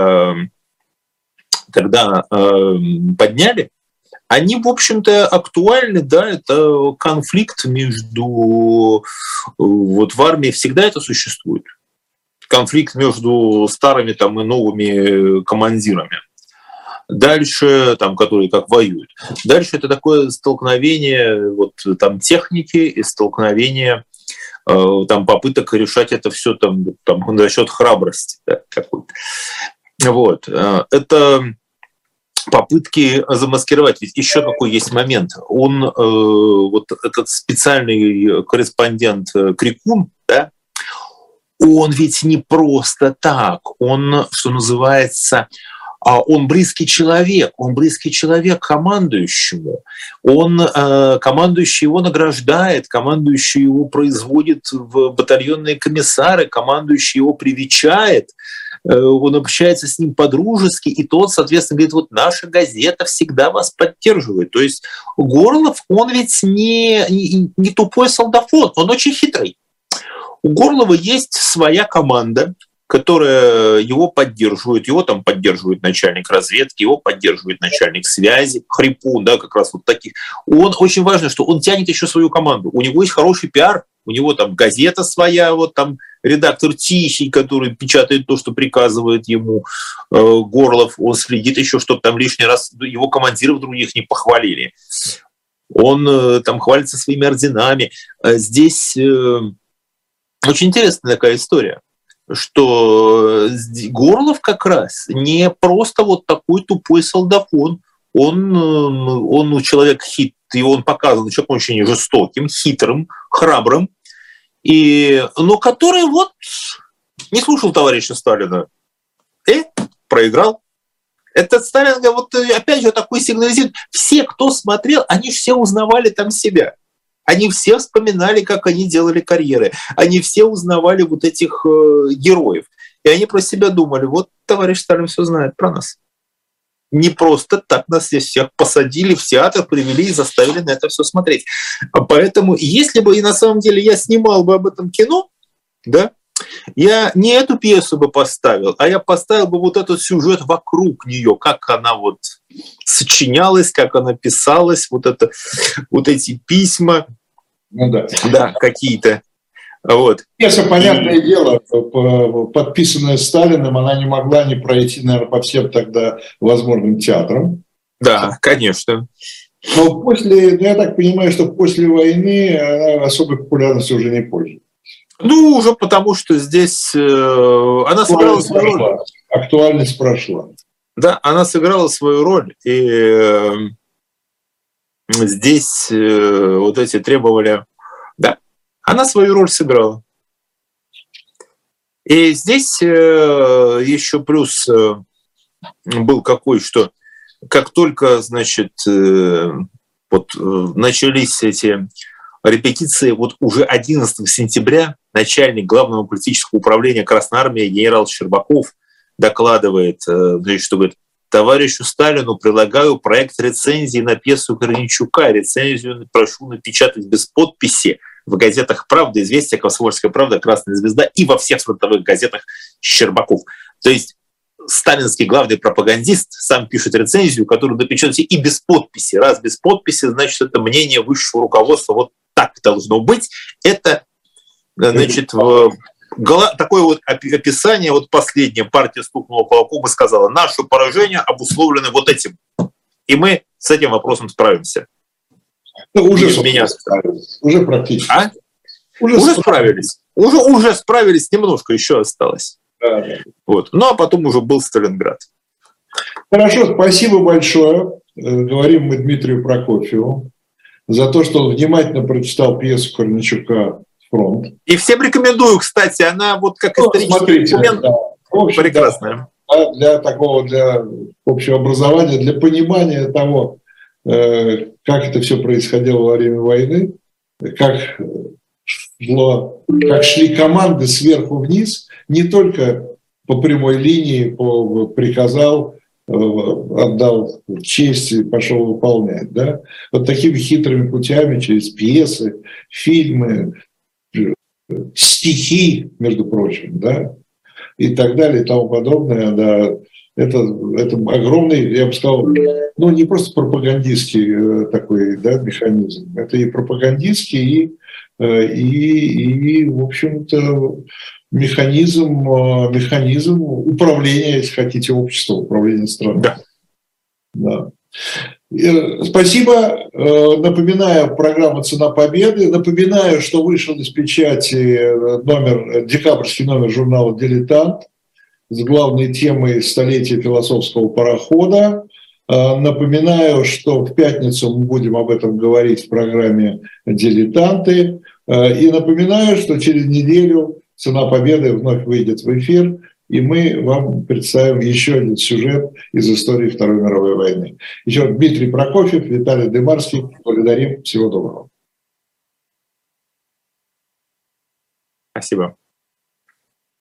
тогда э, подняли, они, в общем-то, актуальны, да, это конфликт между... Вот в армии всегда это существует. Конфликт между старыми там, и новыми командирами. Дальше, там, которые как воюют. Дальше это такое столкновение вот, там, техники и столкновение там попыток решать это все там, там за счет храбрости, да, какой-то. Вот. Это попытки замаскировать. Ведь еще какой есть момент. Он, вот этот специальный корреспондент Крикун, да, он ведь не просто так. Он, что называется, он близкий человек, он близкий человек командующему. Он, командующий его награждает, командующий его производит в батальонные комиссары, командующий его привечает. он общается с ним по-дружески, и тот, соответственно, говорит, вот наша газета всегда вас поддерживает. То есть Горлов, он ведь не, не, не тупой солдафон, он очень хитрый. У Горлова есть своя команда, которая его поддерживает. Его там поддерживает начальник разведки, его поддерживает начальник связи, Хрипун, да, как раз вот таких. Он очень важно, что он тянет еще свою команду. У него есть хороший пиар, у него там газета своя, вот там редактор Тихий, который печатает то, что приказывает ему э, Горлов. Он следит еще, чтобы там лишний раз его командиров других не похвалили. Он э, там хвалится своими орденами. Здесь э, очень интересная такая история, что Горлов как раз не просто вот такой тупой солдафон, он, он человек хитрый, он показан человек очень жестоким, хитрым, храбрым, и, но который вот не слушал товарища Сталина, и проиграл. Этот Сталин, вот опять же такой сигнализирует, все, кто смотрел, они все узнавали там себя. Они все вспоминали, как они делали карьеры. Они все узнавали вот этих э, героев. И они про себя думали, вот товарищ Сталин все знает про нас. Не просто так нас здесь всех посадили в театр, привели и заставили на это все смотреть. Поэтому, если бы и на самом деле я снимал бы об этом кино, да, я не эту пьесу бы поставил, а я поставил бы вот этот сюжет вокруг нее, как она вот сочинялась, как она писалась, вот, это, вот эти письма, ну, да. Да, какие-то. Вот. Пьеса, понятное и... дело, подписанная Сталиным, она не могла не пройти, наверное, по всем тогда возможным театрам. Да, конечно. Но после, я так понимаю, что после войны она особой популярностью уже не пользуется. Ну, уже потому что здесь э, она сыграла свою роль. Актуальность прошла. Да, она сыграла свою роль. И э, здесь э, вот эти требовали... Да, она свою роль сыграла. И здесь э, еще плюс э, был какой, что как только, значит, э, вот э, начались эти репетиции, вот уже одиннадцатого сентября начальник главного политического управления Красной Армии генерал Щербаков докладывает, значит, что говорит, товарищу Сталину предлагаю проект рецензии на пьесу Корнейчука. Рецензию прошу напечатать без подписи в газетах «Правда», «Известия», «Комсомольская правда», «Красная звезда» и во всех фронтовых газетах Щербаков. То есть сталинский главный пропагандист сам пишет рецензию, которую напечатаете и без подписи. Раз без подписи, значит, это мнение высшего руководства, вот так должно быть. Это, значит, в, такое вот описание, вот последняя партия стукнула кулаком и сказала, наше поражение обусловлено вот этим. И мы с этим вопросом справимся. Ну, уже, меня... уже практически. А? Уже, уже справились. Уже, уже справились, немножко еще осталось. Да, да. Вот. Ну, а потом уже был Сталинград. Хорошо, спасибо большое. Говорим мы Дмитрию Прокофьеву за то, что он внимательно прочитал пьесу Корнейчука «Фронт». И всем рекомендую, кстати, она вот как ну, исторический документ да. общем, прекрасная. Да, для такого, для общего образования, для понимания того, э, как это все происходило во время войны, как, шло, как шли команды сверху вниз, не только по прямой линии, по, приказал, отдал честь и пошел выполнять. Да? Вот такими хитрыми путями, через пьесы, фильмы, стихи, между прочим, да, и так далее, и тому подобное. Да. Это, это огромный, я бы сказал, ну, не просто пропагандистский такой, да, механизм, это и пропагандистский, и, и, и в общем-то, механизм, механизм управления, если хотите, обществом, управления страной. Да. Да. Спасибо. Напоминаю, программа «Цена победы». Напоминаю, что вышел из печати номер, декабрьский номер журнала «Дилетант» с главной темой «Столетие философского парохода». Напоминаю, что в пятницу мы будем об этом говорить в программе «Дилетанты». И напоминаю, что через неделю «Цена победы» вновь выйдет в эфир, и мы вам представим еще один сюжет из истории Второй мировой войны. Еще Дмитрий Прокофьев, Виталий Дымарский. Благодарим. Всего доброго. Спасибо.